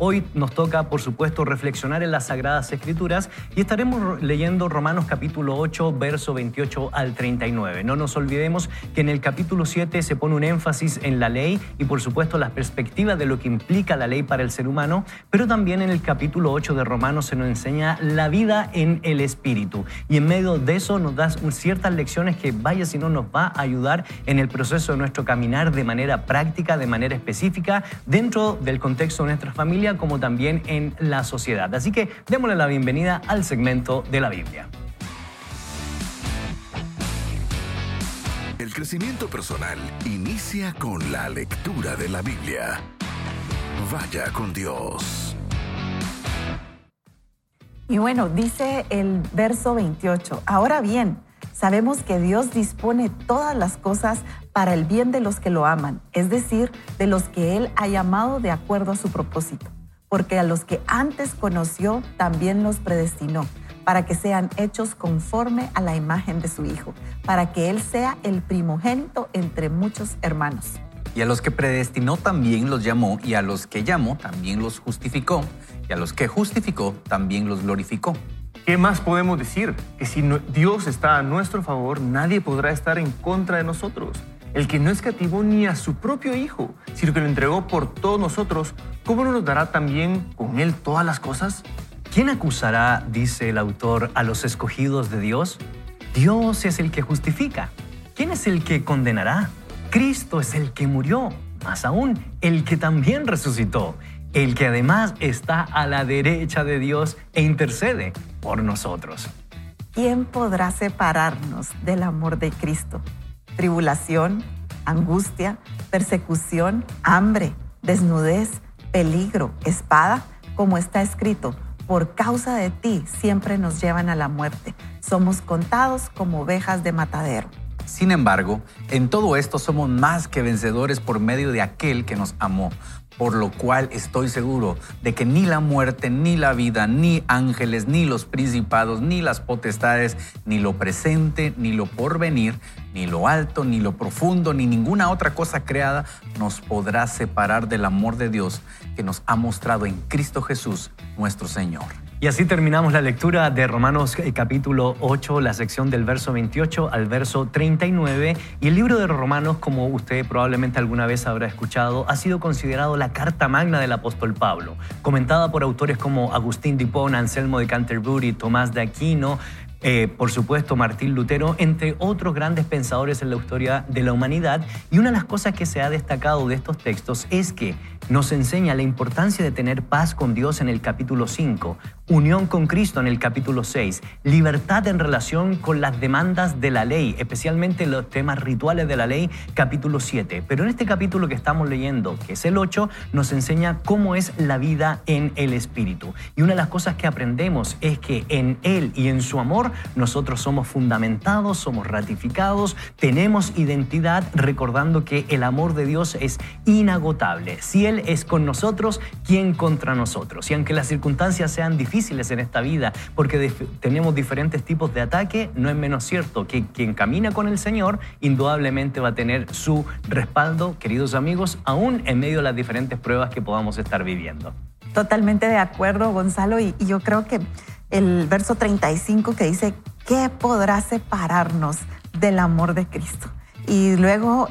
Hoy nos toca, por supuesto, reflexionar en las Sagradas Escrituras y estaremos leyendo Romanos capítulo 8, verso 28 al 39. No nos olvidemos que en el capítulo 7 se pone un énfasis en la ley y, por supuesto, las perspectivas de lo que implica la ley para el ser humano, pero también en el capítulo 8 de Romanos se nos enseña la vida en el Espíritu. Y en medio de eso nos da ciertas lecciones que, vaya si no, nos va a ayudar en el proceso de nuestro caminar de manera práctica, de manera específica, dentro del contexto de nuestra familia, como también en la sociedad. Así que démosle la bienvenida al segmento de la Biblia. El crecimiento personal inicia con la lectura de la Biblia. Vaya con Dios. Y bueno, dice el verso 28, ahora bien, sabemos que Dios dispone todas las cosas para el bien de los que lo aman, es decir, de los que Él ha llamado de acuerdo a su propósito. Porque a los que antes conoció, también los predestinó, para que sean hechos conforme a la imagen de su Hijo, para que Él sea el primogénito entre muchos hermanos. Y a los que predestinó también los llamó, y a los que llamó también los justificó, y a los que justificó también los glorificó. ¿Qué más podemos decir? Que si Dios está a nuestro favor, nadie podrá estar en contra de nosotros. El que no escatimó ni a su propio Hijo, sino que lo entregó por todos nosotros, ¿cómo no nos dará también con Él todas las cosas? ¿Quién acusará, dice el autor, a los escogidos de Dios? Dios es el que justifica. ¿Quién es el que condenará? Cristo es el que murió, más aún, el que también resucitó, el que además está a la derecha de Dios e intercede por nosotros. ¿Quién podrá separarnos del amor de Cristo? Tribulación, angustia, persecución, hambre, desnudez, peligro, espada, como está escrito, por causa de ti siempre nos llevan a la muerte. Somos contados como ovejas de matadero. Sin embargo, en todo esto somos más que vencedores por medio de aquel que nos amó, por lo cual estoy seguro de que ni la muerte, ni la vida, ni ángeles, ni los principados, ni las potestades, ni lo presente, ni lo porvenir, ni lo alto, ni lo profundo, ni ninguna otra cosa creada nos podrá separar del amor de Dios que nos ha mostrado en Cristo Jesús, nuestro Señor. Y así terminamos la lectura de Romanos capítulo 8, la sección del verso 28 al verso 39. Y el libro de Romanos, como usted probablemente alguna vez habrá escuchado, ha sido considerado la carta magna del apóstol Pablo, comentada por autores como Agustín de Hipona, Anselmo de Canterbury, Tomás de Aquino, por supuesto Martín Lutero, entre otros grandes pensadores en la historia de la humanidad. Y una de las cosas que se ha destacado de estos textos es que nos enseña la importancia de tener paz con Dios en el capítulo 5, unión con Cristo en el capítulo 6, libertad en relación con las demandas de la ley, especialmente los temas rituales de la ley, capítulo 7. Pero en este capítulo que estamos leyendo, que es el 8, nos enseña cómo es la vida en el Espíritu. Y una de las cosas que aprendemos es que en Él y en su amor nosotros somos fundamentados, somos ratificados, tenemos identidad, recordando que el amor de Dios es inagotable. Si Él es con nosotros, ¿quién contra nosotros? Y aunque las circunstancias sean difíciles en esta vida, porque tenemos diferentes tipos de ataque, no es menos cierto que quien camina con el Señor indudablemente va a tener su respaldo, queridos amigos, aún en medio de las diferentes pruebas que podamos estar viviendo. Totalmente de acuerdo, Gonzalo, y yo creo que el verso 35 que dice, ¿qué podrá separarnos del amor de Cristo? Y luego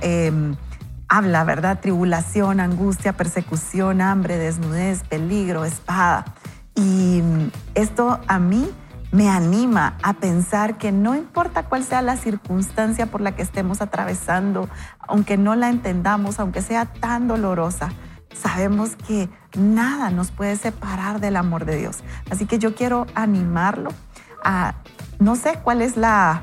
habla, ¿verdad? Tribulación, angustia, persecución, hambre, desnudez, peligro, espada. Y esto a mí me anima a pensar que no importa cuál sea la circunstancia por la que estemos atravesando, aunque no la entendamos, aunque sea tan dolorosa, sabemos que nada nos puede separar del amor de Dios. Así que yo quiero animarlo a, no sé cuál es la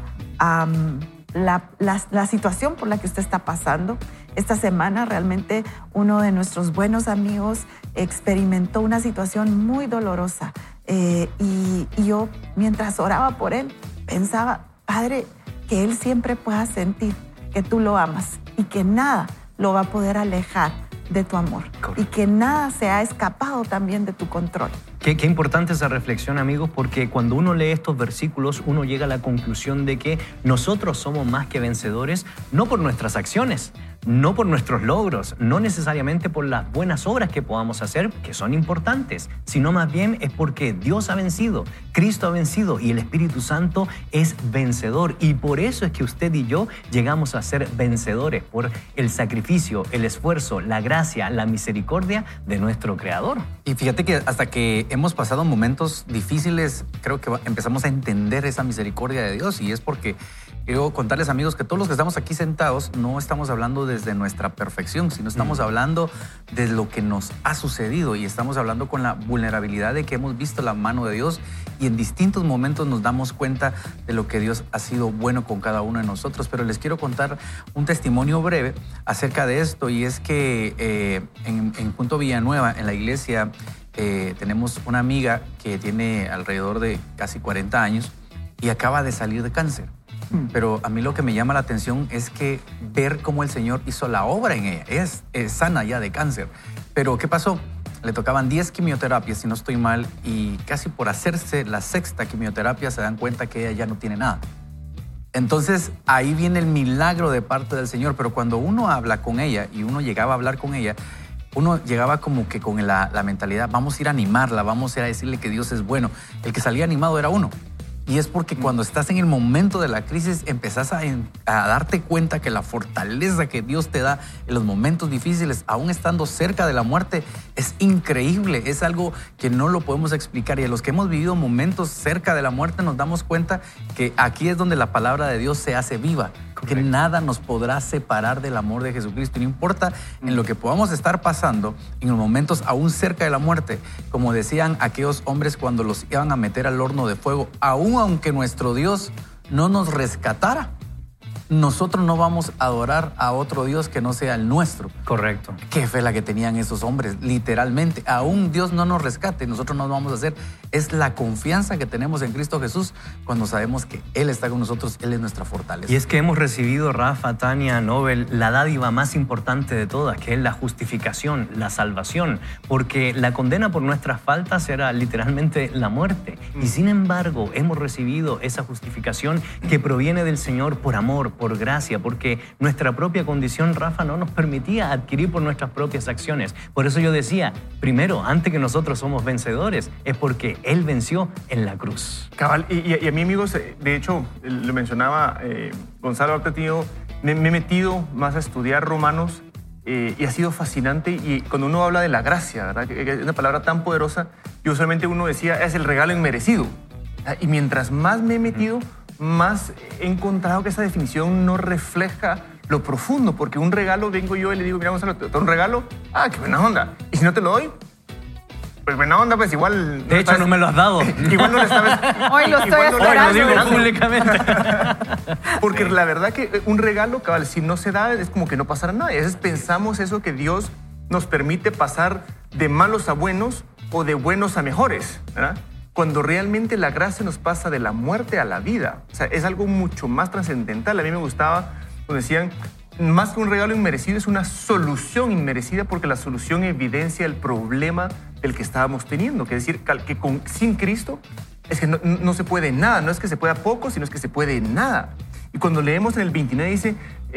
situación por la que usted está pasando. Esta semana realmente uno de nuestros buenos amigos experimentó una situación muy dolorosa y yo, mientras oraba por él, pensaba, Padre, que él siempre pueda sentir que tú lo amas y que nada lo va a poder alejar de tu amor. Correcto. Y que nada se ha escapado también de tu control. Qué importante esa reflexión, amigos, porque cuando uno lee estos versículos, uno llega a la conclusión de que nosotros somos más que vencedores, no por nuestras acciones, no por nuestros logros, no necesariamente por las buenas obras que podamos hacer, que son importantes, sino más bien es porque Dios ha vencido, Cristo ha vencido y el Espíritu Santo es vencedor. Y por eso es que usted y yo llegamos a ser vencedores, por el sacrificio, el esfuerzo, la gracia, la misericordia de nuestro Creador. Y fíjate que hasta que hemos pasado momentos difíciles, creo que empezamos a entender esa misericordia de Dios. Y es porque quiero contarles, amigos, que todos los que estamos aquí sentados no estamos hablando desde nuestra perfección, sino estamos hablando de lo que nos ha sucedido y estamos hablando con la vulnerabilidad de que hemos visto la mano de Dios y en distintos momentos nos damos cuenta de lo que Dios ha sido bueno con cada uno de nosotros. Pero les quiero contar un testimonio breve acerca de esto, y es que en Punto Villanueva, en la iglesia, tenemos una amiga que tiene alrededor de casi 40 años y acaba de salir de cáncer. Pero a mí lo que me llama la atención es que ver cómo el Señor hizo la obra en ella. Ella es sana ya de cáncer. Pero ¿qué pasó? Le tocaban 10 quimioterapias, si no estoy mal, y casi por hacerse la 6ª quimioterapia se dan cuenta que ella ya no tiene nada. Entonces ahí viene el milagro de parte del Señor. Pero cuando uno habla con ella y uno llegaba a hablar con ella, uno llegaba como que con la mentalidad, vamos a ir a animarla, vamos a ir a decirle que Dios es bueno. El que salía animado era uno. Y es porque cuando estás en el momento de la crisis empezás a darte cuenta que la fortaleza que Dios te da en los momentos difíciles, aún estando cerca de la muerte, es increíble. Es algo que no lo podemos explicar. Y a los que hemos vivido momentos cerca de la muerte nos damos cuenta que aquí es donde la palabra de Dios se hace viva. Correcto. Que nada nos podrá separar del amor de Jesucristo. No importa en lo que podamos estar pasando, en los momentos aún cerca de la muerte, como decían aquellos hombres cuando los iban a meter al horno de fuego, aunque nuestro Dios no nos rescatara, nosotros no vamos a adorar a otro Dios que no sea el nuestro. Correcto. Qué fe la que tenían esos hombres, literalmente. Aún Dios no nos rescate, nosotros no lo vamos a hacer. Es la confianza que tenemos en Cristo Jesús cuando sabemos que Él está con nosotros, Él es nuestra fortaleza. Y es que hemos recibido, Rafa, Tania, Nobel, la dádiva más importante de todas, que es la justificación, la salvación, porque la condena por nuestras faltas era literalmente la muerte. Y sin embargo, hemos recibido esa justificación que proviene del Señor por amor, por gracia, porque nuestra propia condición, Rafa, no nos permitía adquirir por nuestras propias acciones. Por eso yo decía, primero, antes que nosotros somos vencedores, es porque Él venció en la cruz. Cabal, y a mí, amigos, de hecho, lo mencionaba Gonzalo, ahorita, tío, me he metido más a estudiar Romanos y ha sido fascinante. Y cuando uno habla de la gracia, ¿verdad? Que es una palabra tan poderosa, y usualmente uno decía, es el regalo inmerecido. Y mientras más me he metido, más he encontrado que esa definición no refleja lo profundo, porque un regalo, vengo yo y le digo, mira, Gonzalo, ¿te doy un regalo? Ah, qué buena onda. Y si no te lo doy, pues buena onda, pues igual... De hecho, no me lo has dado. Igual no le sabes... Hoy lo estoy esperando. Hoy lo digo públicamente. Porque la verdad que un regalo, cabal, si no se da, es como que no pasará nada. Y a veces pensamos eso, que Dios nos permite pasar de malos a buenos o de buenos a mejores, ¿verdad? Cuando realmente la gracia nos pasa de la muerte a la vida. O sea, es algo mucho más trascendental. A mí me gustaba cuando decían, más que un regalo inmerecido, es una solución inmerecida, porque la solución evidencia el problema del que estábamos teniendo. Que es decir, que sin Cristo es que no se puede nada. No es que se pueda poco, sino es que se puede nada. Y cuando leemos en el 29 dice,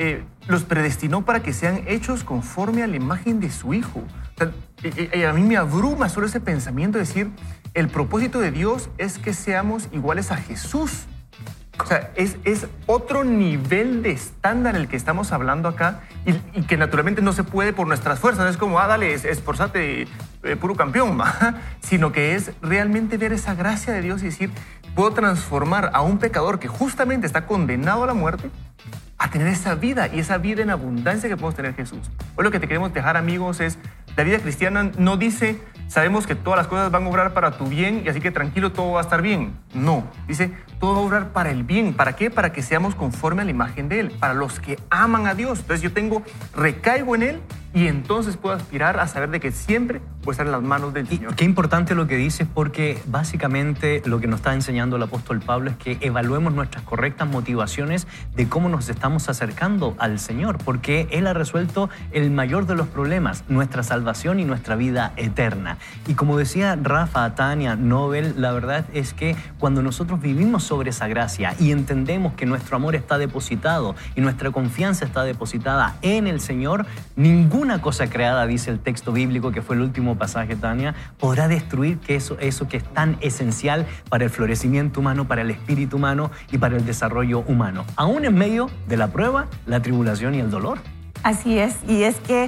los predestinó para que sean hechos conforme a la imagen de su Hijo. O sea, a mí me abruma solo ese pensamiento de decir, el propósito de Dios es que seamos iguales a Jesús. O sea, es otro nivel de estándar el que estamos hablando acá, y que naturalmente no se puede por nuestras fuerzas. No es como, dale, esforzate, puro campeón, ¿va? Sino que es realmente ver esa gracia de Dios y decir, puedo transformar a un pecador que justamente está condenado a la muerte a tener esa vida, y esa vida en abundancia que podemos tener Jesús. Hoy lo que te queremos dejar, amigos, es la vida cristiana no dice, sabemos que todas las cosas van a obrar para tu bien y así que tranquilo, todo va a estar bien. No, dice, todo va a obrar para el bien. ¿Para qué? Para que seamos conforme a la imagen de Él, para los que aman a Dios. Entonces yo recaigo en Él y entonces puedo aspirar a saber de que siempre voy a estar en las manos del Y Señor. qué importante lo que dices, porque básicamente lo que nos está enseñando el apóstol Pablo es que evaluemos nuestras correctas motivaciones de cómo nos estamos acercando al Señor, porque Él ha resuelto el mayor de los problemas, nuestra salvación y nuestra vida eterna. Y como decía Rafa, Tania, Nobel, la verdad es que cuando nosotros vivimos sobre esa gracia y entendemos que nuestro amor está depositado y nuestra confianza está depositada en el Señor, ninguna cosa creada, dice el texto bíblico, que fue el último pasaje, Tania, podrá destruir eso que es tan esencial para el florecimiento humano, para el espíritu humano y para el desarrollo humano, aún en medio de la prueba, la tribulación y el dolor. Así es, y es que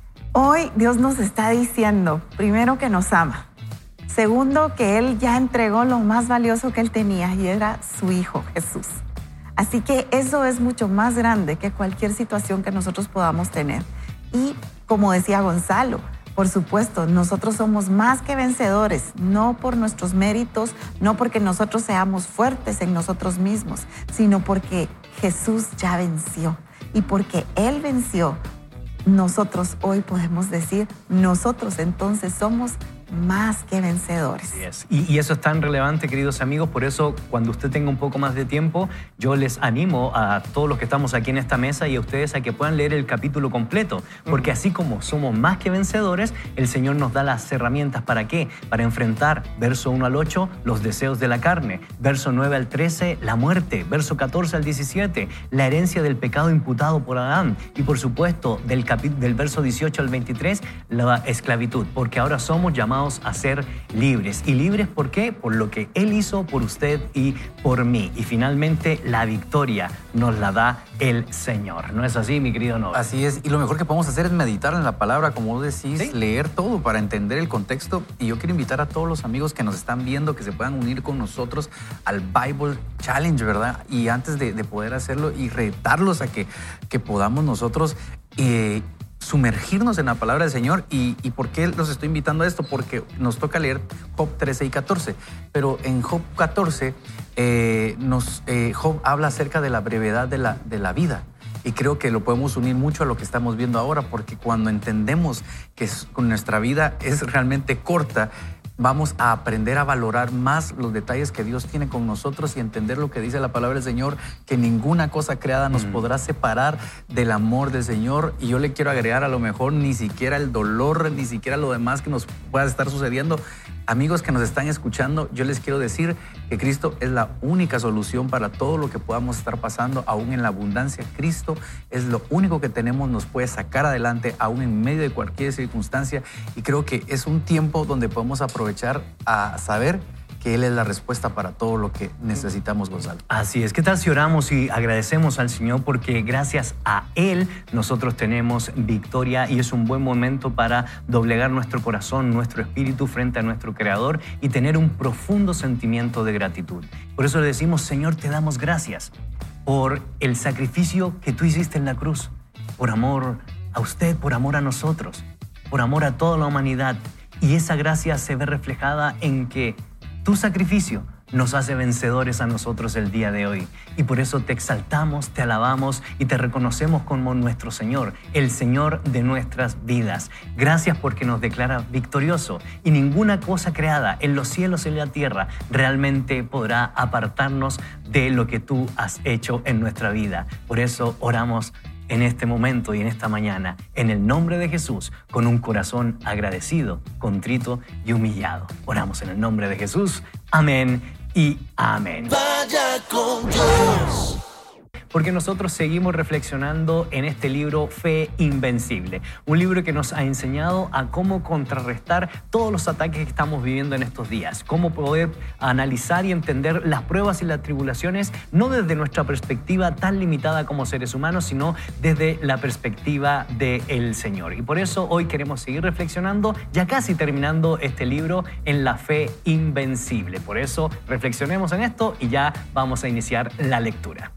hoy Dios nos está diciendo, primero, que nos ama. Segundo, que Él ya entregó lo más valioso que Él tenía, y era su Hijo Jesús. Así que eso es mucho más grande que cualquier situación que nosotros podamos tener. Y como decía Gonzalo, por supuesto, nosotros somos más que vencedores, no por nuestros méritos, no porque nosotros seamos fuertes en nosotros mismos, sino porque Jesús ya venció. Y porque Él venció, nosotros hoy podemos decir, nosotros entonces somos más que vencedores. Así es. Y eso es tan relevante, queridos amigos. Por eso, cuando usted tenga un poco más de tiempo, yo les animo a todos los que estamos aquí en esta mesa y a ustedes a que puedan leer el capítulo completo. Porque así como somos más que vencedores, el Señor nos da las herramientas. ¿Para qué? Para enfrentar, verso 1 al 8, los deseos de la carne. Verso 9 al 13, la muerte. Verso 14 al 17, la herencia del pecado imputado por Adán. Y por supuesto, del verso 18 al 23, la esclavitud. Porque ahora somos llamados a ser libres. ¿Y libres por qué? Por lo que Él hizo por usted y por mí. Y finalmente la victoria nos la da el Señor. ¿No es así, mi querido Nobel? Así es, y lo mejor que podemos hacer es meditar en la palabra, como vos decís, ¿Sí? leer todo para entender el contexto. Y yo quiero invitar a todos los amigos que nos están viendo que se puedan unir con nosotros al Bible Challenge, ¿verdad? Y antes de poder hacerlo y retarlos a que podamos nosotros sumergirnos en la palabra del Señor. ¿Y por qué los estoy invitando a esto? Porque nos toca leer Job 13 y 14. Pero en Job 14, Job habla acerca de la brevedad de la vida. Y creo que lo podemos unir mucho a lo que estamos viendo ahora, porque cuando entendemos que nuestra vida es realmente corta, vamos a aprender a valorar más los detalles que Dios tiene con nosotros y entender lo que dice la palabra del Señor, que ninguna cosa creada nos podrá separar del amor del Señor. Y yo le quiero agregar, a lo mejor ni siquiera el dolor, ni siquiera lo demás que nos pueda estar sucediendo. Amigos que nos están escuchando, yo les quiero decir que Cristo es la única solución para todo lo que podamos estar pasando, aún en la abundancia. Cristo es lo único que tenemos, nos puede sacar adelante aún en medio de cualquier circunstancia. Y creo que es un tiempo donde podemos aprovechar a saber que Él es la respuesta para todo lo que necesitamos, Gonzalo. Así es. ¿Qué tal si oramos y agradecemos al Señor? Porque gracias a Él nosotros tenemos victoria, y es un buen momento para doblegar nuestro corazón, nuestro espíritu frente a nuestro Creador y tener un profundo sentimiento de gratitud. Por eso le decimos: Señor, te damos gracias por el sacrificio que tú hiciste en la cruz, por amor a usted, por amor a nosotros, por amor a toda la humanidad. Y esa gracia se ve reflejada en que tu sacrificio nos hace vencedores a nosotros el día de hoy. Y por eso te exaltamos, te alabamos y te reconocemos como nuestro Señor, el Señor de nuestras vidas. Gracias porque nos declara victorioso, y ninguna cosa creada en los cielos y en la tierra realmente podrá apartarnos de lo que tú has hecho en nuestra vida. Por eso oramos en este momento y en esta mañana, en el nombre de Jesús, con un corazón agradecido, contrito y humillado. Oramos en el nombre de Jesús. Amén y amén. Vaya con Dios. Porque nosotros seguimos reflexionando en este libro Fe Invencible, un libro que nos ha enseñado a cómo contrarrestar todos los ataques que estamos viviendo en estos días, cómo poder analizar y entender las pruebas y las tribulaciones, no desde nuestra perspectiva tan limitada como seres humanos, sino desde la perspectiva del Señor. Y por eso hoy queremos seguir reflexionando, ya casi terminando este libro, en la Fe Invencible. Por eso reflexionemos en esto y ya vamos a iniciar la lectura.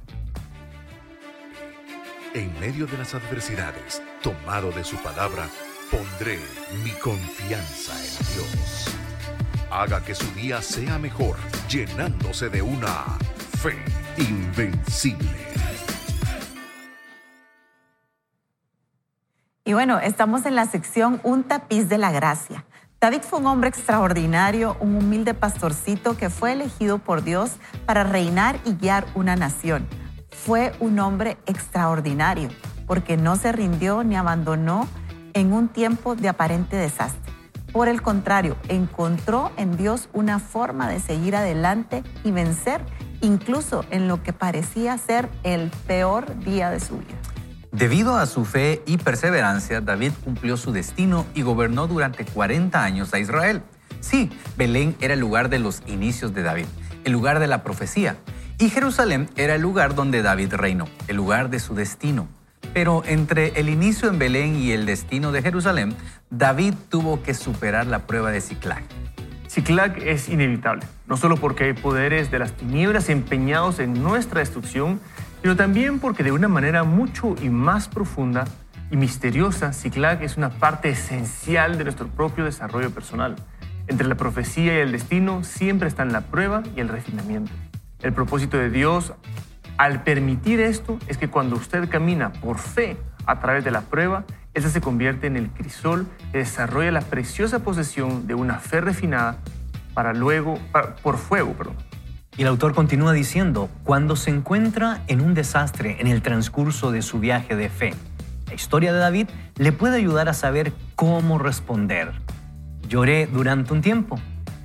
En medio de las adversidades, tomado de su palabra, pondré mi confianza en Dios. Haga que su día sea mejor, llenándose de una fe invencible. Y bueno, estamos en la sección Un tapiz de la gracia. David fue un hombre extraordinario, un humilde pastorcito que fue elegido por Dios para reinar y guiar una nación. Fue un hombre extraordinario porque no se rindió ni abandonó en un tiempo de aparente desastre. Por el contrario, encontró en Dios una forma de seguir adelante y vencer, incluso en lo que parecía ser el peor día de su vida. Debido a su fe y perseverancia, David cumplió su destino y gobernó durante 40 años a Israel. Sí, Belén era el lugar de los inicios de David, el lugar de la profecía. Y Jerusalén era el lugar donde David reinó, el lugar de su destino. Pero entre el inicio en Belén y el destino de Jerusalén, David tuvo que superar la prueba de Siclag. Siclag es inevitable, no solo porque hay poderes de las tinieblas empeñados en nuestra destrucción, sino también porque de una manera mucho y más profunda y misteriosa, Siclag es una parte esencial de nuestro propio desarrollo personal. Entre la profecía y el destino siempre están la prueba y el refinamiento. El propósito de Dios al permitir esto es que cuando usted camina por fe a través de la prueba, esa se convierte en el crisol que desarrolla la preciosa posesión de una fe refinada por fuego. Y el autor continúa diciendo, cuando se encuentra en un desastre en el transcurso de su viaje de fe, la historia de David le puede ayudar a saber cómo responder. Lloré durante un tiempo,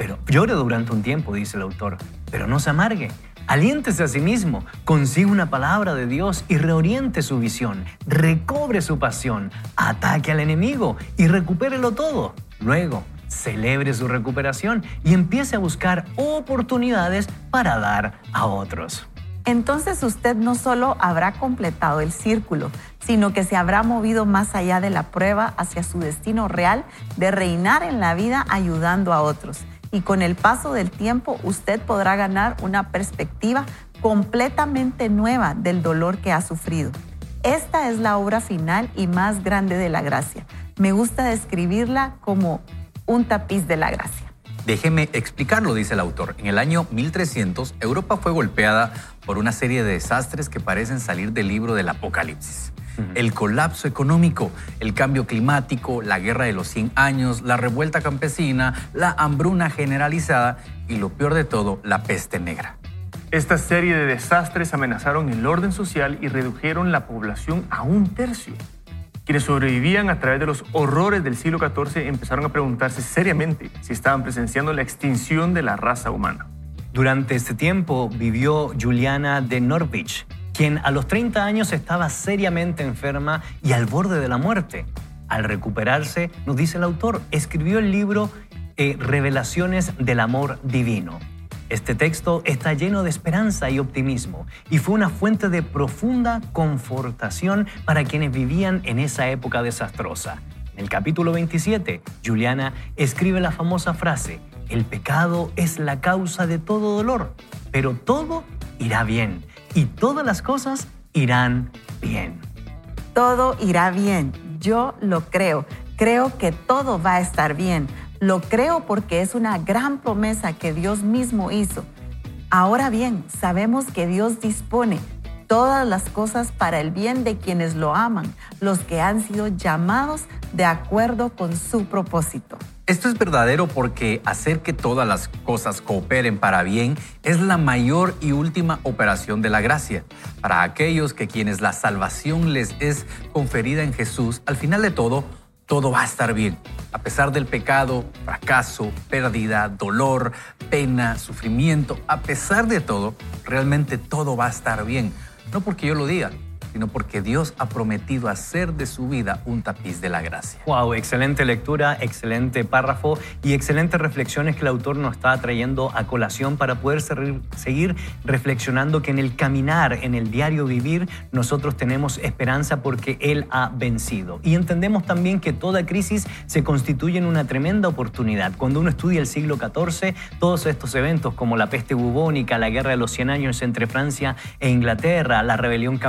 dice el autor, pero no se amargue. Aliéntese a sí mismo, consiga una palabra de Dios y reoriente su visión, recobre su pasión, ataque al enemigo y recupérelo todo. Luego, celebre su recuperación y empiece a buscar oportunidades para dar a otros. Entonces usted no solo habrá completado el círculo, sino que se habrá movido más allá de la prueba hacia su destino real de reinar en la vida ayudando a otros. Y con el paso del tiempo usted podrá ganar una perspectiva completamente nueva del dolor que ha sufrido. Esta es la obra final y más grande de la gracia. Me gusta describirla como un tapiz de la gracia. Déjeme explicarlo, dice el autor. En el año 1300, Europa fue golpeada por una serie de desastres que parecen salir del libro del Apocalipsis. El colapso económico, el cambio climático, la guerra de los 100 años, la revuelta campesina, la hambruna generalizada y, lo peor de todo, la peste negra. Esta serie de desastres amenazaron el orden social y redujeron la población a 1/3. Quienes sobrevivían a través de los horrores del siglo XIV empezaron a preguntarse seriamente si estaban presenciando la extinción de la raza humana. Durante este tiempo vivió Juliana de Norwich, quien a los 30 años estaba seriamente enferma y al borde de la muerte. Al recuperarse, nos dice el autor, escribió el libro Revelaciones del Amor Divino. Este texto está lleno de esperanza y optimismo y fue una fuente de profunda confortación para quienes vivían en esa época desastrosa. En el capítulo 27, Juliana escribe la famosa frase, el pecado es la causa de todo dolor, pero todo irá bien y todas las cosas irán bien. Todo irá bien, yo lo creo. Creo que todo va a estar bien. Lo creo porque es una gran promesa que Dios mismo hizo. Ahora bien, sabemos que Dios dispone todas las cosas para el bien de quienes lo aman, los que han sido llamados de acuerdo con su propósito. Esto es verdadero porque hacer que todas las cosas cooperen para bien es la mayor y última operación de la gracia. Para aquellos quienes la salvación les es conferida en Jesús, al final de todo va a estar bien. A pesar del pecado, fracaso, pérdida, dolor, pena, sufrimiento, a pesar de todo, realmente todo va a estar bien. No porque yo lo diga, sino porque Dios ha prometido hacer de su vida un tapiz de la gracia. Wow, excelente lectura, excelente párrafo y excelentes reflexiones que el autor nos está trayendo a colación para poder seguir reflexionando que en el caminar, en el diario vivir, nosotros tenemos esperanza porque Él ha vencido. Y entendemos también que toda crisis se constituye en una tremenda oportunidad. Cuando uno estudia el siglo XIV, todos estos eventos como la peste bubónica, la guerra de los 100 años entre Francia e Inglaterra, la rebelión campesina,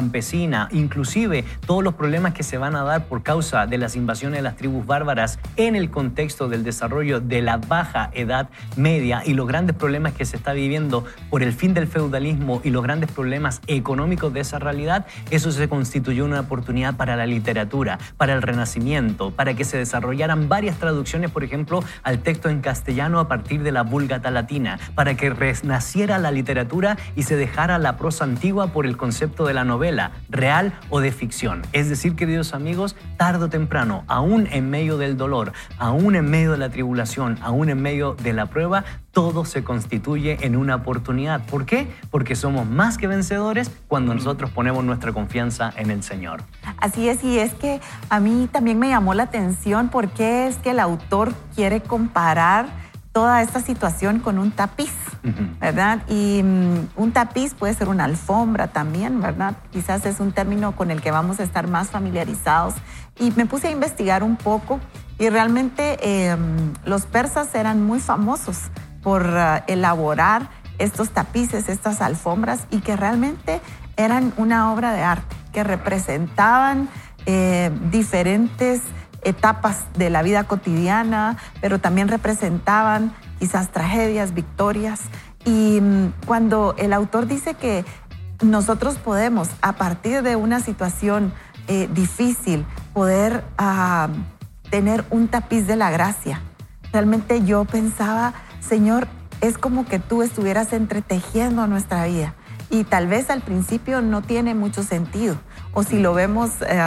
hambruna, inclusive todos los problemas que se van a dar por causa de las invasiones de las tribus bárbaras en el contexto del desarrollo de la baja edad media y los grandes problemas que se está viviendo por el fin del feudalismo y los grandes problemas económicos de esa realidad, eso se constituyó una oportunidad para la literatura, para el Renacimiento, para que se desarrollaran varias traducciones, por ejemplo, al texto en castellano a partir de la Vulgata latina, para que renaciera la literatura y se dejara la prosa antigua por el concepto de la novela, real o de ficción. Es decir, queridos amigos, tarde o temprano, aún en medio del dolor, aún en medio de la tribulación, aún en medio de la prueba, todo se constituye en una oportunidad. ¿Por qué? Porque somos más que vencedores cuando nosotros ponemos nuestra confianza en el Señor. Así es, y es que a mí también me llamó la atención por qué es que el autor quiere comparar toda esta situación con un tapiz, ¿verdad? Y un tapiz puede ser una alfombra también, ¿verdad? Quizás es un término con el que vamos a estar más familiarizados. Y me puse a investigar un poco y realmente los persas eran muy famosos por elaborar estos tapices, estas alfombras, y que realmente eran una obra de arte, que representaban diferentes etapas de la vida cotidiana, pero también representaban quizás tragedias, victorias. Y cuando el autor dice que nosotros podemos, a partir de una situación difícil, poder tener un tapiz de la gracia, realmente yo pensaba, Señor, es como que tú estuvieras entretejiendo nuestra vida. Y tal vez al principio no tiene mucho sentido. O si lo vemos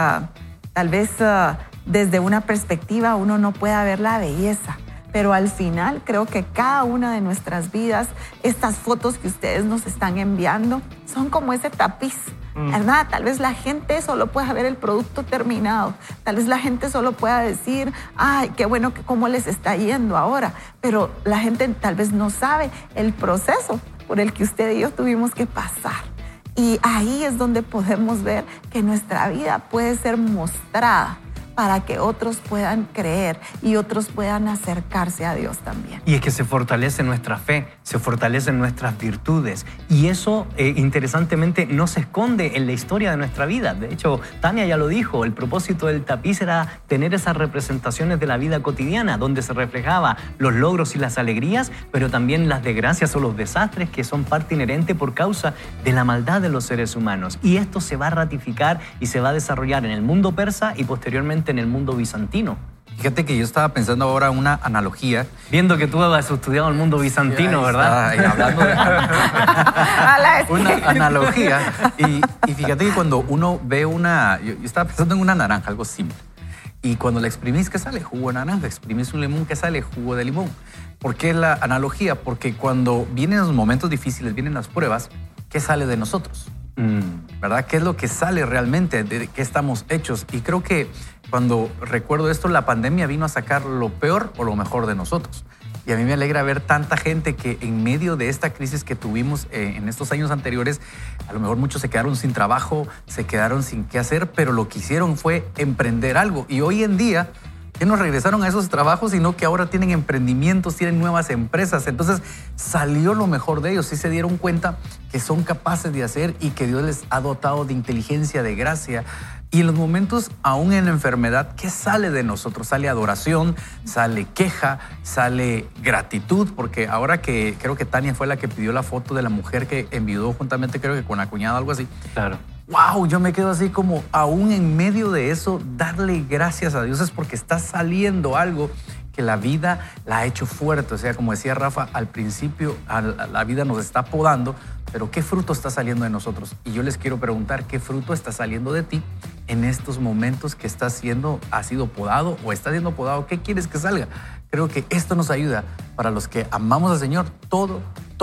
tal vez desde una perspectiva, uno no pueda ver la belleza. Pero al final creo que cada una de nuestras vidas, estas fotos que ustedes nos están enviando, son como ese tapiz, ¿verdad? Tal vez la gente solo pueda ver el producto terminado. Tal vez la gente solo pueda decir, ay, qué bueno, cómo les está yendo ahora. Pero la gente tal vez no sabe el proceso por el que usted y yo tuvimos que pasar. Y ahí es donde podemos ver que nuestra vida puede ser mostrada para que otros puedan creer y otros puedan acercarse a Dios también. Y es que se fortalece nuestra fe, se fortalecen nuestras virtudes. Y eso, interesantemente, no se esconde en la historia de nuestra vida. De hecho, Tania ya lo dijo, el propósito del tapiz era tener esas representaciones de la vida cotidiana, donde se reflejaba los logros y las alegrías, pero también las desgracias o los desastres que son parte inherente por causa de la maldad de los seres humanos. Y esto se va a ratificar y se va a desarrollar en el mundo persa y posteriormente en el mundo bizantino. Fíjate que yo estaba pensando ahora una analogía. Viendo que tú has estudiado el mundo bizantino, ¿verdad? Hablando de una analogía. Y fíjate que cuando uno ve yo estaba pensando en una naranja, algo simple. Y cuando la exprimís, ¿qué sale? Jugo de naranja. Exprimís un limón, ¿qué sale? Jugo de limón. ¿Por qué la analogía? Porque cuando vienen los momentos difíciles, vienen las pruebas, ¿qué sale de nosotros? ¿Verdad? ¿Qué es lo que sale realmente? ¿De qué estamos hechos? Y creo que cuando recuerdo esto, la pandemia vino a sacar lo peor o lo mejor de nosotros. Y a mí me alegra ver tanta gente que en medio de esta crisis que tuvimos en estos años anteriores, a lo mejor muchos se quedaron sin trabajo, se quedaron sin qué hacer, pero lo que hicieron fue emprender algo. Y hoy en día ya no regresaron a esos trabajos, sino que ahora tienen emprendimientos, tienen nuevas empresas. Entonces salió lo mejor de ellos. Sí se dieron cuenta que son capaces de hacer y que Dios les ha dotado de inteligencia, de gracia. Y en los momentos, aún en la enfermedad, ¿qué sale de nosotros? Sale adoración, sale queja, sale gratitud, porque ahora que creo que Tania fue la que pidió la foto de la mujer que enviudó juntamente, creo que con la cuñada, algo así. Claro. ¡Wow! Yo me quedo así como, aún en medio de eso, darle gracias a Dios es porque está saliendo algo que la vida la ha hecho fuerte. O sea, como decía Rafa, al principio la vida nos está podando, pero ¿qué fruto está saliendo de nosotros? Y yo les quiero preguntar, ¿qué fruto está saliendo de ti en estos momentos que ha sido podado o está siendo podado? ¿Qué quieres que salga? Creo que esto nos ayuda para los que amamos al Señor. Todo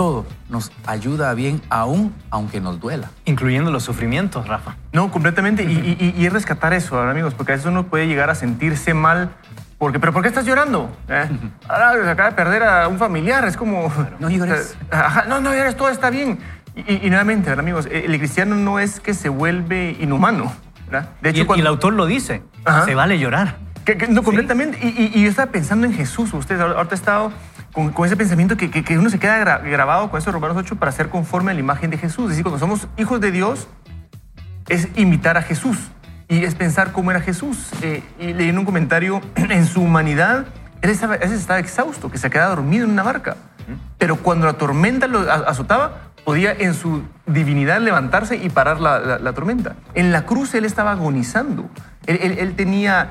nos ayuda a bien, aunque nos duela. Incluyendo los sufrimientos, Rafa. No, completamente. Y es rescatar eso, amigos, porque a veces uno puede llegar a sentirse mal. ¿Pero por qué estás llorando? Ahora se acaba de perder a un familiar. Es como... No llores. No llores, todo está bien. Y nuevamente, ¿verdad, amigos? El cristiano no es que se vuelve inhumano, ¿verdad? De hecho, y el autor lo dice. Ajá. Se vale llorar. No, completamente. Sí. Y yo estaba pensando en Jesús. Ustedes ahorita he estado con ese pensamiento que uno se queda grabado con eso de Romanos 8 para ser conforme a la imagen de Jesús. Es decir, cuando somos hijos de Dios, es imitar a Jesús y es pensar cómo era Jesús. Y leí en un comentario, en su humanidad, él estaba exhausto, que se quedaba dormido en una barca. Pero cuando la tormenta lo azotaba, podía en su divinidad levantarse y parar la tormenta. En la cruz él estaba agonizando. Él tenía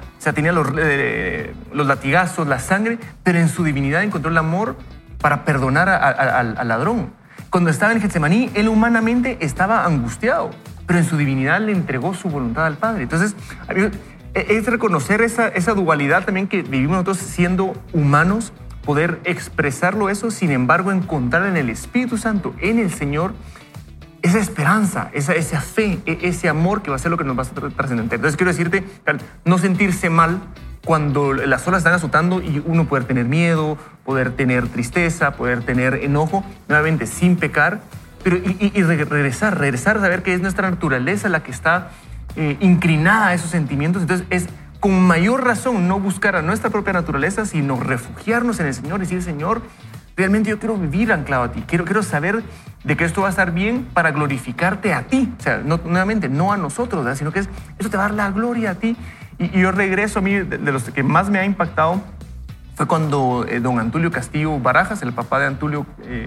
los latigazos, la sangre, pero en su divinidad encontró el amor para perdonar al ladrón. Cuando estaba en Getsemaní, él humanamente estaba angustiado, pero en su divinidad le entregó su voluntad al Padre. Entonces, amigos, es reconocer esa dualidad también que vivimos nosotros siendo humanos, poder expresarlo eso, sin embargo, encontrar en el Espíritu Santo, en el Señor, esa esperanza, esa fe, ese amor que va a ser lo que nos va a trascender. Entonces, quiero decirte, no sentirse mal cuando las olas están azotando y uno poder tener miedo, poder tener tristeza, poder tener enojo, nuevamente sin pecar, pero regresar a saber que es nuestra naturaleza la que está inclinada a esos sentimientos. Entonces es con mayor razón no buscar a nuestra propia naturaleza, sino refugiarnos en el Señor y decir, Señor, realmente yo quiero vivir anclado a ti, quiero saber de que esto va a estar bien para glorificarte a ti. O sea, nuevamente, no a nosotros, ¿verdad? Sino que eso te va a dar la gloria a ti. Y yo regreso a mí, de los que más me ha impactado, fue cuando don Antulio Castillo Barajas, el papá de Antulio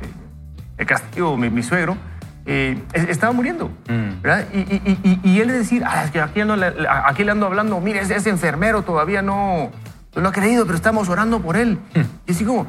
Castillo, mi suegro, estaba muriendo, ¿verdad? Y él decir, es que aquí le ando hablando, mire, ese enfermero todavía no lo ha creído, pero estamos orando por él. Y así como,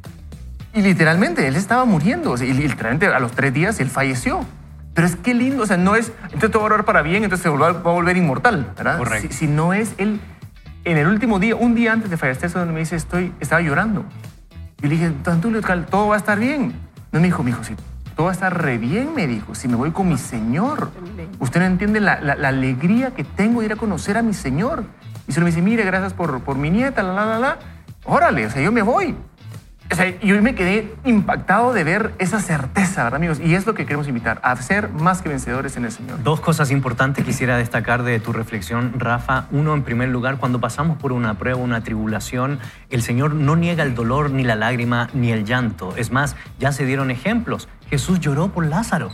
y literalmente, él estaba muriendo, o sea, y literalmente a los 3 días él falleció. Pero es que lindo, o sea, no es, entonces te va a orar para bien, entonces se va a volver inmortal, ¿verdad? Correcto. Si no es él, en el último día, un día antes de fallecer, donde me dice, estaba llorando. Y le dije, Antulio, todo va a estar bien. No, me dijo, sí, todo va a estar re bien, me dijo, si me voy con mi Señor. Usted no entiende la alegría que tengo de ir a conocer a mi Señor. Y se me dice, mire, gracias por mi nieta, órale, o sea, yo me voy. O sea, yo me quedé impactado de ver esa certeza, ¿verdad, amigos? Y es lo que queremos invitar, a ser más que vencedores en el Señor. 2 cosas importantes quisiera destacar de tu reflexión, Rafa. Uno, en primer lugar, cuando pasamos por una prueba, una tribulación, el Señor no niega el dolor, ni la lágrima, ni el llanto. Es más, ya se dieron ejemplos. Jesús lloró por Lázaro.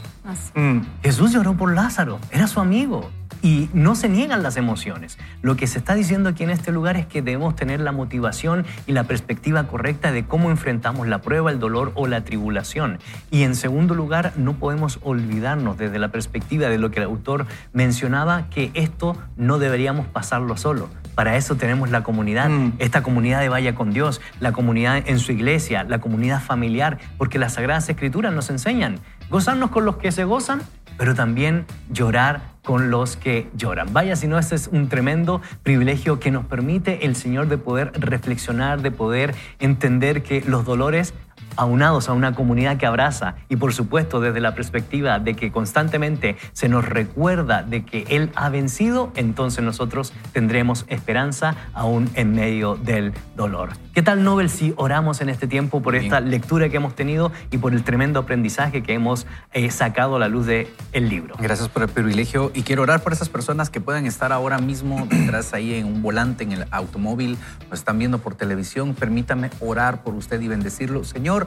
Jesús lloró por Lázaro, era su amigo. Y no se niegan las emociones. Lo que se está diciendo aquí en este lugar es que debemos tener la motivación y la perspectiva correcta de cómo enfrentamos la prueba, el dolor o la tribulación. Y en segundo lugar, no podemos olvidarnos desde la perspectiva de lo que el autor mencionaba, que esto no deberíamos pasarlo solo. Para eso tenemos la comunidad, esta comunidad de Vaya con Dios, la comunidad en su iglesia, la comunidad familiar, porque las Sagradas Escrituras nos enseñan gozarnos con los que se gozan, pero también llorar con los que lloran. Vaya, si no, este es un tremendo privilegio que nos permite el Señor de poder reflexionar, de poder entender que los dolores aunados a una comunidad que abraza y por supuesto desde la perspectiva de que constantemente se nos recuerda de que Él ha vencido, entonces nosotros tendremos esperanza aún en medio del dolor. ¿Qué tal, Nobel, si oramos en este tiempo por esta lectura que hemos tenido y por el tremendo aprendizaje que hemos sacado a la luz del libro? Gracias por el privilegio y quiero orar por esas personas que puedan estar ahora mismo detrás ahí en un volante, en el automóvil, nos están viendo por televisión. Permítame orar por usted y bendecirlo. Señor,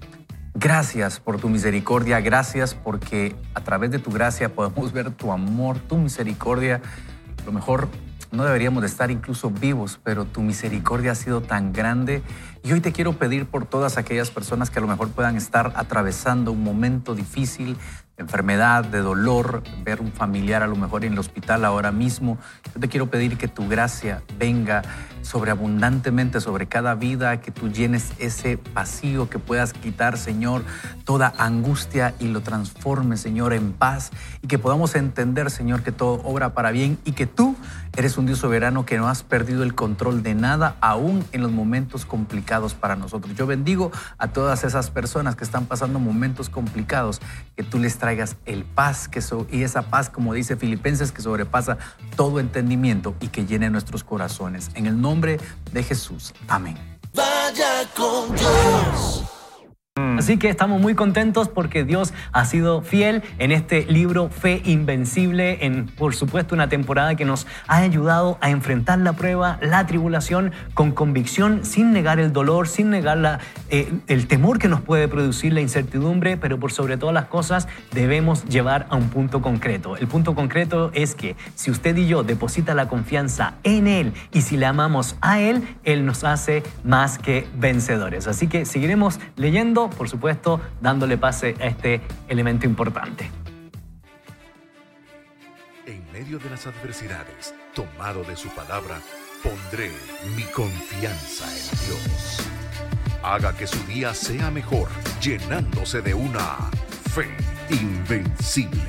gracias por tu misericordia, gracias porque a través de tu gracia podemos ver tu amor, tu misericordia. A lo mejor no deberíamos de estar incluso vivos, pero tu misericordia ha sido tan grande. Y hoy te quiero pedir por todas aquellas personas que a lo mejor puedan estar atravesando un momento difícil, de enfermedad, de dolor, ver un familiar a lo mejor en el hospital ahora mismo. Yo te quiero pedir que tu gracia venga sobreabundantemente sobre cada vida, que tú llenes ese vacío, que puedas quitar, Señor, toda angustia y lo transformes, Señor, en paz, y que podamos entender, Señor, que todo obra para bien y que tú eres un Dios soberano, que no has perdido el control de nada, aún en los momentos complicados para nosotros. Yo bendigo a todas esas personas que están pasando momentos complicados, que tú les traigas el paz y esa paz, como dice Filipenses, que sobrepasa todo entendimiento y que llene nuestros corazones. En el nombre de Jesús. Amén. Vaya con Dios. Así que estamos muy contentos porque Dios ha sido fiel en este libro Fe Invencible, en, por supuesto, una temporada que nos ha ayudado a enfrentar la prueba, la tribulación con convicción, sin negar el dolor, sin negar el temor que nos puede producir la incertidumbre, pero por sobre todas las cosas debemos llevar a un punto concreto. El punto concreto es que si usted y yo deposita la confianza en Él y si le amamos a Él, Él nos hace más que vencedores. Así que seguiremos leyendo, por supuesto, dándole pase a este elemento importante. En medio de las adversidades, tomado de su palabra, pondré mi confianza en Dios. Haga que su día sea mejor, llenándose de una fe invencible.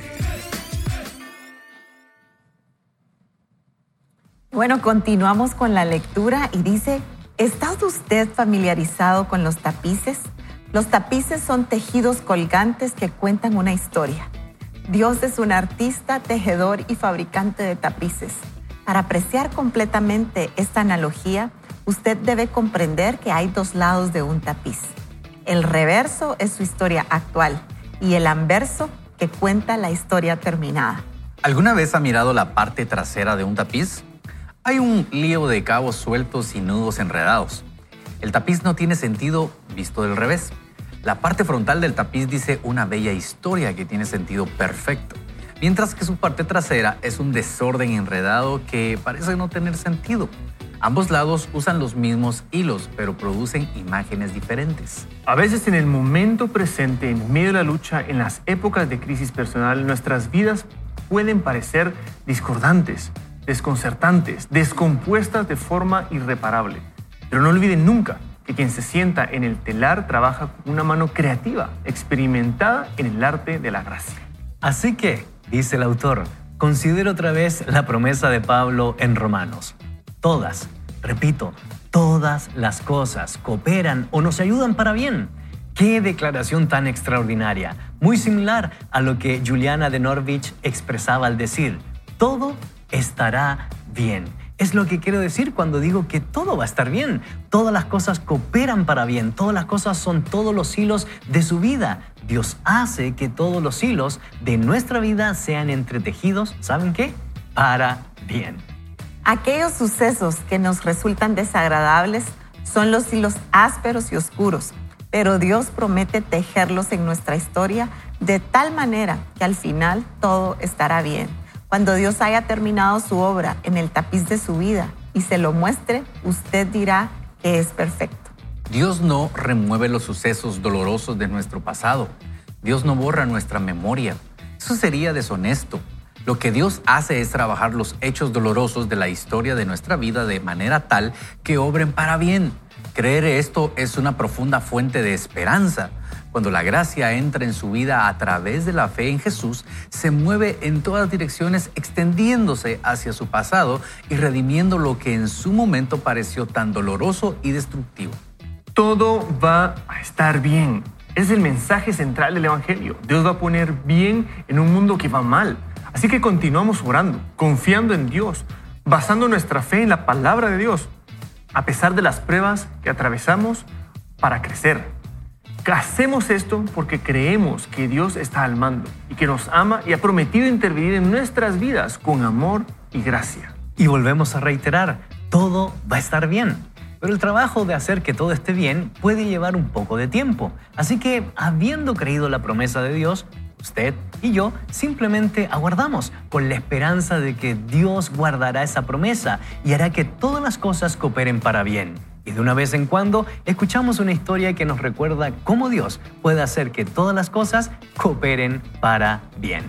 Bueno, continuamos con la lectura y dice, ¿está usted familiarizado con los tapices? Los tapices son tejidos colgantes que cuentan una historia. Dios es un artista, tejedor y fabricante de tapices. Para apreciar completamente esta analogía, usted debe comprender que hay dos lados de un tapiz. El reverso es su historia actual y el anverso que cuenta la historia terminada. ¿Alguna vez ha mirado la parte trasera de un tapiz? Hay un lío de cabos sueltos y nudos enredados. El tapiz no tiene sentido visto del revés. La parte frontal del tapiz dice una bella historia que tiene sentido perfecto, mientras que su parte trasera es un desorden enredado que parece no tener sentido. Ambos lados usan los mismos hilos, pero producen imágenes diferentes. A veces en el momento presente, en medio de la lucha, en las épocas de crisis personal, nuestras vidas pueden parecer discordantes, desconcertantes, descompuestas de forma irreparable. Pero no olviden nunca que quien se sienta en el telar trabaja con una mano creativa, experimentada en el arte de la gracia. Así que, dice el autor, considera otra vez la promesa de Pablo en Romanos. Todas, repito, todas las cosas cooperan o nos ayudan para bien. ¡Qué declaración tan extraordinaria! Muy similar a lo que Juliana de Norwich expresaba al decir, todo estará bien. Es lo que quiero decir cuando digo que todo va a estar bien. Todas las cosas cooperan para bien. Todas las cosas son todos los hilos de su vida. Dios hace que todos los hilos de nuestra vida sean entretejidos, ¿saben qué? Para bien. Aquellos sucesos que nos resultan desagradables son los hilos ásperos y oscuros, pero Dios promete tejerlos en nuestra historia de tal manera que al final todo estará bien. Cuando Dios haya terminado su obra en el tapiz de su vida y se lo muestre, usted dirá que es perfecto. Dios no remueve los sucesos dolorosos de nuestro pasado. Dios no borra nuestra memoria. Eso sería deshonesto. Lo que Dios hace es trabajar los hechos dolorosos de la historia de nuestra vida de manera tal que obren para bien. Creer esto es una profunda fuente de esperanza. Cuando la gracia entra en su vida a través de la fe en Jesús, se mueve en todas direcciones extendiéndose hacia su pasado y redimiendo lo que en su momento pareció tan doloroso y destructivo. Todo va a estar bien. Es el mensaje central del Evangelio. Dios va a poner bien en un mundo que va mal. Así que continuamos orando, confiando en Dios, basando nuestra fe en la palabra de Dios, a pesar de las pruebas que atravesamos para crecer. Hacemos esto porque creemos que Dios está al mando y que nos ama y ha prometido intervenir en nuestras vidas con amor y gracia. Y volvemos a reiterar, todo va a estar bien. Pero el trabajo de hacer que todo esté bien puede llevar un poco de tiempo. Así que, habiendo creído la promesa de Dios, usted y yo simplemente aguardamos con la esperanza de que Dios guardará esa promesa y hará que todas las cosas cooperen para bien. Y de una vez en cuando escuchamos una historia que nos recuerda cómo Dios puede hacer que todas las cosas cooperen para bien.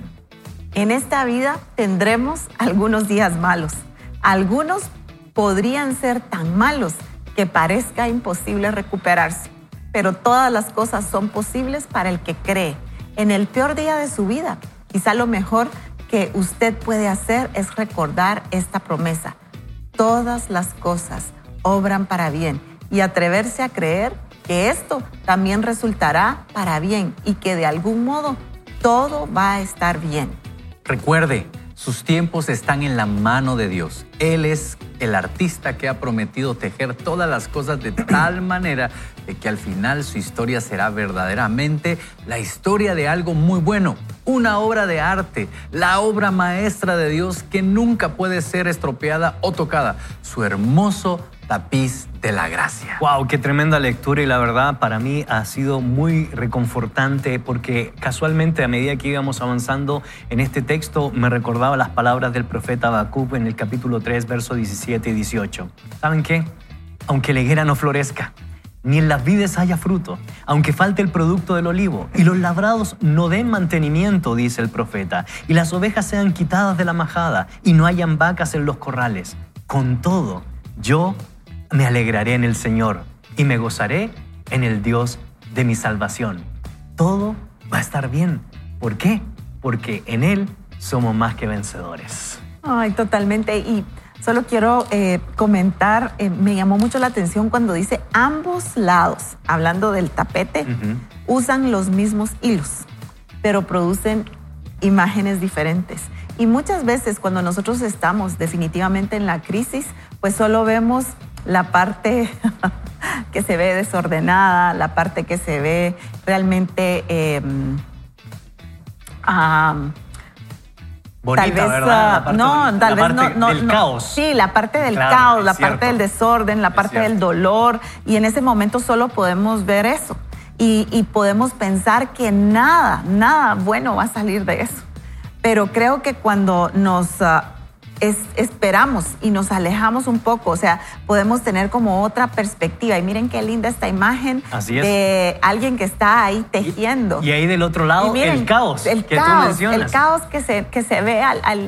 En esta vida tendremos algunos días malos. Algunos podrían ser tan malos que parezca imposible recuperarse. Pero todas las cosas son posibles para el que cree. En el peor día de su vida, quizá lo mejor que usted puede hacer es recordar esta promesa. Todas las cosas obran para bien y atreverse a creer que esto también resultará para bien y que de algún modo todo va a estar bien. Recuerde, sus tiempos están en la mano de Dios. Él es el artista que ha prometido tejer todas las cosas de tal manera de que al final su historia será verdaderamente la historia de algo muy bueno, una obra de arte, la obra maestra de Dios que nunca puede ser estropeada o tocada, su hermoso tapiz de la gracia. ¡Wow! ¡Qué tremenda lectura! Y la verdad, para mí ha sido muy reconfortante porque casualmente a medida que íbamos avanzando en este texto me recordaba las palabras del profeta Habacuc en el capítulo 3, versos 17 y 18. ¿Saben qué? Aunque la higuera no florezca, ni en las vides haya fruto, aunque falte el producto del olivo y los labrados no den mantenimiento, dice el profeta, y las ovejas sean quitadas de la majada y no hayan vacas en los corrales, con todo, yo me alegraré en el Señor y me gozaré en el Dios de mi salvación. Todo va a estar bien. ¿Por qué? Porque en Él somos más que vencedores. Ay, totalmente. Y solo quiero comentar, me llamó mucho la atención cuando dice ambos lados, hablando del tapete, usan los mismos hilos, pero producen imágenes diferentes. Y muchas veces cuando nosotros estamos definitivamente en la crisis, pues solo vemos la parte que se ve desordenada, la parte que se ve realmente bonita, tal vez, ¿verdad? Del caos. Sí, la parte del Claro, caos, la cierto. parte del desorden, la parte del dolor. Y en ese momento solo podemos ver eso. Y podemos pensar que nada bueno va a salir de eso. Pero creo que cuando nos esperamos y nos alejamos un poco, o sea, podemos tener como otra perspectiva. Y miren qué linda esta imagen de alguien que está ahí tejiendo. Y ahí del otro lado, miren, el caos que tú mencionas. El caos que se ve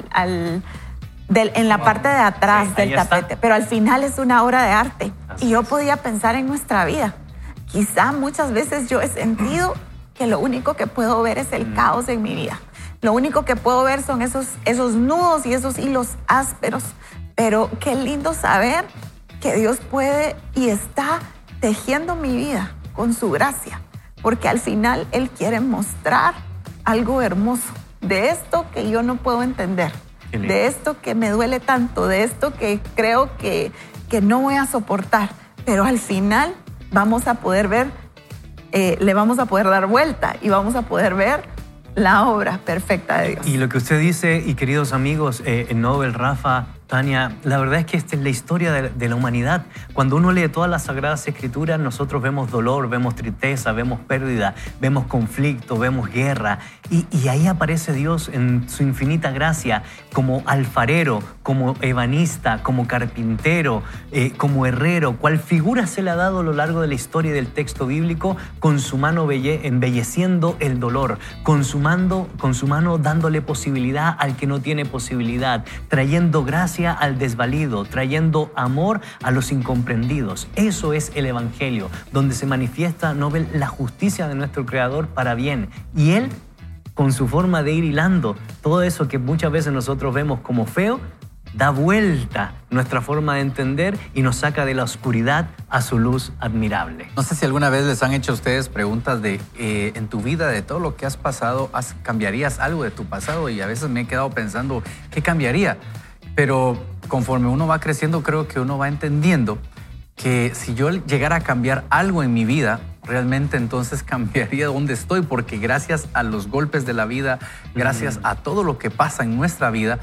en la parte de atrás del tapete. Pero al final es una obra de arte. Y yo podía pensar en nuestra vida. Quizá muchas veces yo he sentido que lo único que puedo ver es el caos en mi vida. Lo único que puedo ver son esos nudos y esos hilos ásperos. Pero qué lindo saber que Dios puede y está tejiendo mi vida con su gracia. Porque al final Él quiere mostrar algo hermoso. De esto que yo no puedo entender. De esto que me duele tanto. De esto que creo que no voy a soportar. Pero al final vamos a poder ver, le vamos a poder dar vuelta y vamos a poder ver la obra perfecta de Dios. Y lo que usted dice, y queridos amigos, Nobel, Rafa, Tania, la verdad es que esta es la historia de la humanidad. Cuando uno lee todas las Sagradas Escrituras, nosotros vemos dolor, vemos tristeza, vemos pérdida, vemos conflicto, vemos guerra. Y ahí aparece Dios en su infinita gracia como alfarero, como ebanista, como carpintero, como herrero, cual figura se le ha dado a lo largo de la historia del texto bíblico, con su mano embelleciendo el dolor, con su mano dándole posibilidad al que no tiene posibilidad, trayendo gracia al desvalido, trayendo amor a los incomprendidos. Eso es el Evangelio, donde se manifiesta, Nobel, la justicia de nuestro Creador para bien. Y Él, con su forma de ir hilando todo eso que muchas veces nosotros vemos como feo, da vuelta nuestra forma de entender y nos saca de la oscuridad a su luz admirable. No sé si alguna vez les han hecho a ustedes preguntas de en tu vida, de todo lo que has pasado, ¿cambiarías algo de tu pasado? Y a veces me he quedado pensando, ¿qué cambiaría? Pero conforme uno va creciendo, creo que uno va entendiendo que si yo llegara a cambiar algo en mi vida, realmente entonces cambiaría dónde estoy, porque gracias a los golpes de la vida, gracias a todo lo que pasa en nuestra vida,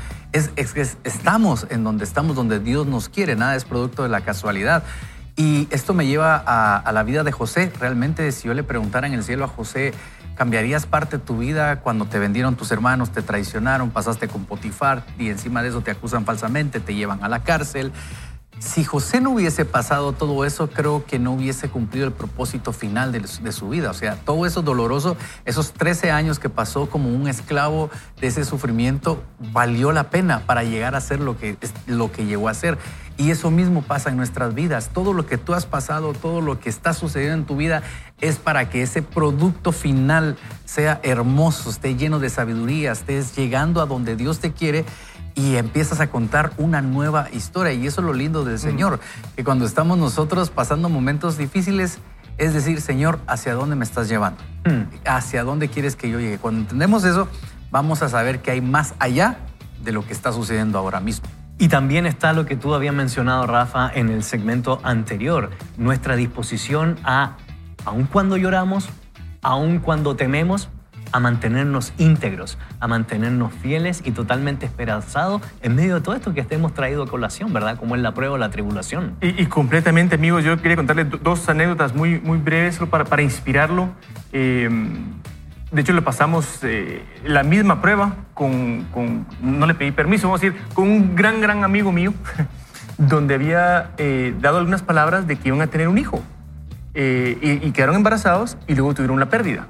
estamos en donde estamos, donde Dios nos quiere. Nada es producto de la casualidad. Y esto me lleva a la vida de José. Realmente, si yo le preguntara en el cielo a José, ¿cambiarías parte de tu vida cuando te vendieron tus hermanos, te traicionaron, pasaste con Potifar y encima de eso te acusan falsamente, te llevan a la cárcel? Si José no hubiese pasado todo eso, creo que no hubiese cumplido el propósito final de su vida. O sea, todo eso doloroso, esos 13 años que pasó como un esclavo de ese sufrimiento, valió la pena para llegar a ser lo que llegó a ser. Y eso mismo pasa en nuestras vidas. Todo lo que tú has pasado, todo lo que está sucediendo en tu vida es para que ese producto final sea hermoso, esté lleno de sabiduría, estés llegando a donde Dios te quiere y empiezas a contar una nueva historia. Y eso es lo lindo del Señor, que cuando estamos nosotros pasando momentos difíciles, es decir, Señor, ¿hacia dónde me estás llevando? ¿Hacia dónde quieres que yo llegue? Cuando entendemos eso, vamos a saber que hay más allá de lo que está sucediendo ahora mismo. Y también está lo que tú habías mencionado, Rafa, en el segmento anterior, nuestra disposición aun cuando lloramos, aun cuando tememos, a mantenernos íntegros, a mantenernos fieles y totalmente esperanzados en medio de todo esto que hemos traído a colación, ¿verdad? Como es la prueba o la tribulación. Y completamente, amigos, yo quería contarles dos anécdotas muy breves solo para inspirarlo. De hecho, le pasamos la misma prueba no le pedí permiso, vamos a decir, con un gran amigo mío, donde había dado algunas palabras de que iban a tener un hijo. Y quedaron embarazados y luego tuvieron la pérdida.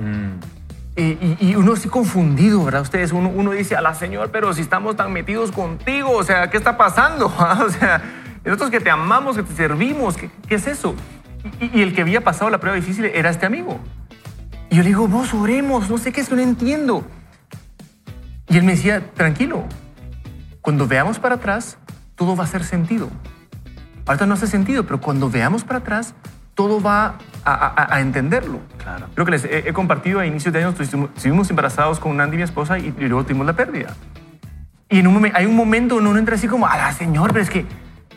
Y uno así confundido, ¿verdad? Ustedes, uno dice, a la Señor, pero si estamos tan metidos contigo, o sea, ¿qué está pasando? O sea, nosotros que te amamos, que te servimos, ¿qué es eso? Y el que había pasado la prueba difícil era este amigo. Y yo le digo, vos oremos, no sé qué es, no entiendo. Y él me decía, tranquilo, cuando veamos para atrás, todo va a hacer sentido. Ahorita no hace sentido, pero cuando veamos para atrás, todo va a entenderlo. Claro. Creo que les he compartido a inicios de años, estuvimos embarazados con Andy, mi esposa, y luego tuvimos la pérdida. Y hay un momento donde uno entra así como, a la Señor, pero es que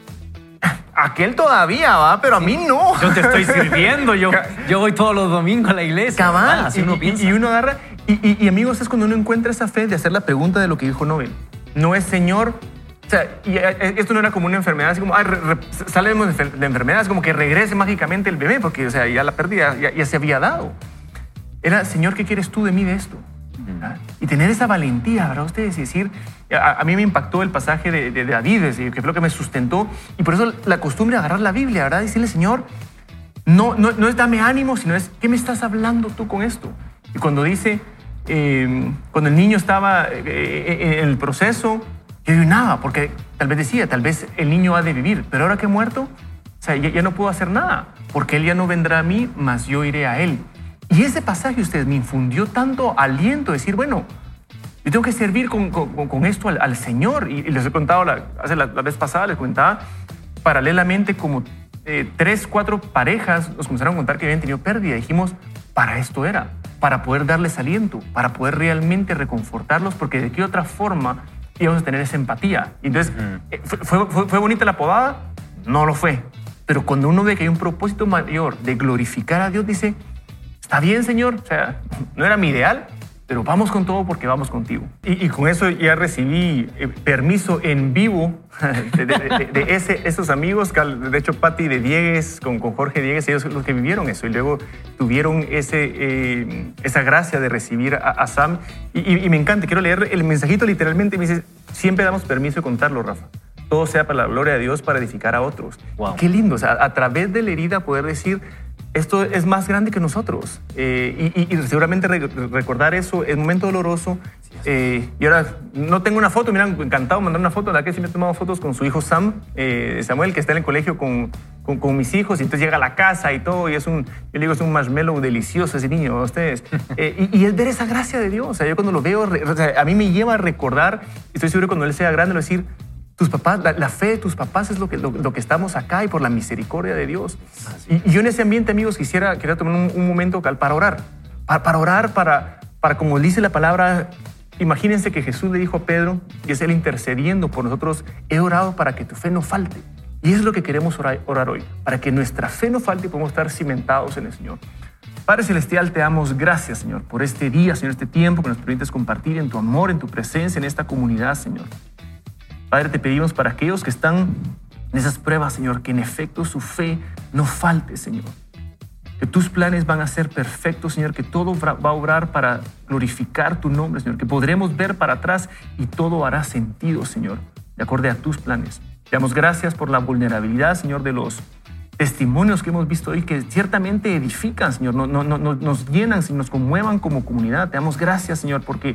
aquel todavía va, pero a mí no. Yo te estoy sirviendo, yo voy todos los domingos a la iglesia. Cabal, así uno piensa. Y uno agarra, y amigos, es cuando uno encuentra esa fe de hacer la pregunta de lo que dijo Nobel. No es Señor. O sea, y esto no era como una enfermedad, así como, salimos de la enfermedad, es como que regrese mágicamente el bebé, porque, o sea, ya la pérdida ya se había dado. Era, Señor, ¿qué quieres tú de mí de esto? ¿verdad? Y tener esa valentía, ¿verdad? Ustedes decir, a mí me impactó el pasaje de David, que fue lo que me sustentó, y por eso la costumbre de agarrar la Biblia, ¿verdad? Decirle, Señor, no es dame ánimo, sino es, ¿qué me estás hablando tú con esto? Y cuando dice, cuando el niño estaba en el proceso, yo digo, nada, porque tal vez el niño ha de vivir, pero ahora que he muerto, o sea, ya no puedo hacer nada, porque él ya no vendrá a mí, mas yo iré a él. Y ese pasaje, ustedes, me infundió tanto aliento, decir, bueno, yo tengo que servir con esto al Señor. Y les he contado, la vez pasada les comentaba, paralelamente como 3, 4 parejas nos comenzaron a contar que habían tenido pérdida. Dijimos, para esto era, para poder darles aliento, para poder realmente reconfortarlos, porque de qué otra forma íbamos a tener esa empatía. Y entonces, ¿fue bonita la podada? No lo fue. Pero cuando uno ve que hay un propósito mayor de glorificar a Dios, dice, está bien, Señor, o sea, no era mi ideal, pero vamos con todo porque vamos contigo. Y con eso ya recibí permiso en vivo de esos amigos, de hecho, Pati de Diegues, con Jorge Diegues, ellos los que vivieron eso y luego tuvieron esa gracia de recibir a Sam. Y me encanta, quiero leer el mensajito literalmente, me dice, siempre damos permiso de contarlo, Rafa. Todo sea para la gloria de Dios, para edificar a otros. Wow. Qué lindo, o sea, a través de la herida poder decir, esto es más grande que nosotros. Y seguramente recordar eso es un momento doloroso. Y ahora no tengo una foto, me han encantado mandar una foto. La verdad que sí me he tomado fotos con su hijo Sam, Samuel, que está en el colegio con mis hijos. Y entonces llega a la casa y todo. Y yo le digo, es un marshmallow delicioso ese niño, ¿no? Ustedes. Y es ver esa gracia de Dios. O sea, yo cuando lo veo, o sea, a mí me lleva a recordar, estoy seguro que cuando él sea grande, lo decir, tus papás, la fe de tus papás es lo que estamos acá y por la misericordia de Dios. Y yo en ese ambiente, amigos, quería tomar un momento para orar. Para orar, para como dice la palabra, imagínense que Jesús le dijo a Pedro, y es él intercediendo por nosotros, he orado para que tu fe no falte. Y eso es lo que queremos orar hoy, para que nuestra fe no falte y podamos estar cimentados en el Señor. Padre Celestial, te damos gracias, Señor, por este día, Señor, este tiempo que nos permites compartir en tu amor, en tu presencia, en esta comunidad, Señor. Padre, te pedimos para aquellos que están en esas pruebas, Señor, que en efecto su fe no falte, Señor. Que tus planes van a ser perfectos, Señor, que todo va a obrar para glorificar tu nombre, Señor, que podremos ver para atrás y todo hará sentido, Señor, de acuerdo a tus planes. Te damos gracias por la vulnerabilidad, Señor, de los testimonios que hemos visto hoy, que ciertamente edifican, Señor, nos llenan, nos conmuevan como comunidad. Te damos gracias, Señor, porque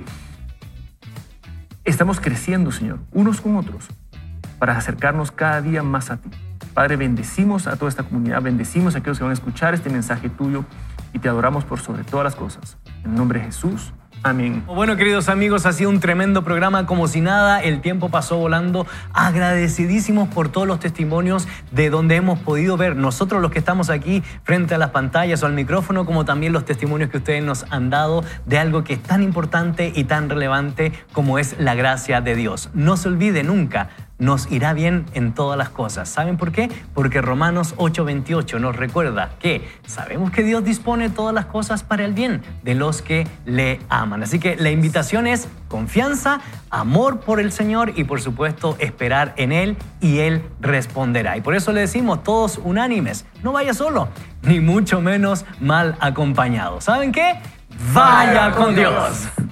estamos creciendo, Señor, unos con otros, para acercarnos cada día más a ti. Padre, bendecimos a toda esta comunidad, bendecimos a aquellos que van a escuchar este mensaje tuyo y te adoramos por sobre todas las cosas. En el nombre de Jesús. Amén. Bueno, queridos amigos, ha sido un tremendo programa. Como si nada, el tiempo pasó volando. Agradecidísimos por todos los testimonios de donde hemos podido ver nosotros los que estamos aquí frente a las pantallas o al micrófono, como también los testimonios que ustedes nos han dado de algo que es tan importante y tan relevante como es la gracia de Dios. No se olvide nunca, nos irá bien en todas las cosas. ¿Saben por qué? Porque Romanos 8:28 nos recuerda que sabemos que Dios dispone todas las cosas para el bien de los que le aman. Así que la invitación es confianza, amor por el Señor y por supuesto esperar en Él y Él responderá. Y por eso le decimos todos unánimes, no vaya solo, ni mucho menos mal acompañado. ¿Saben qué? ¡Vaya con Dios!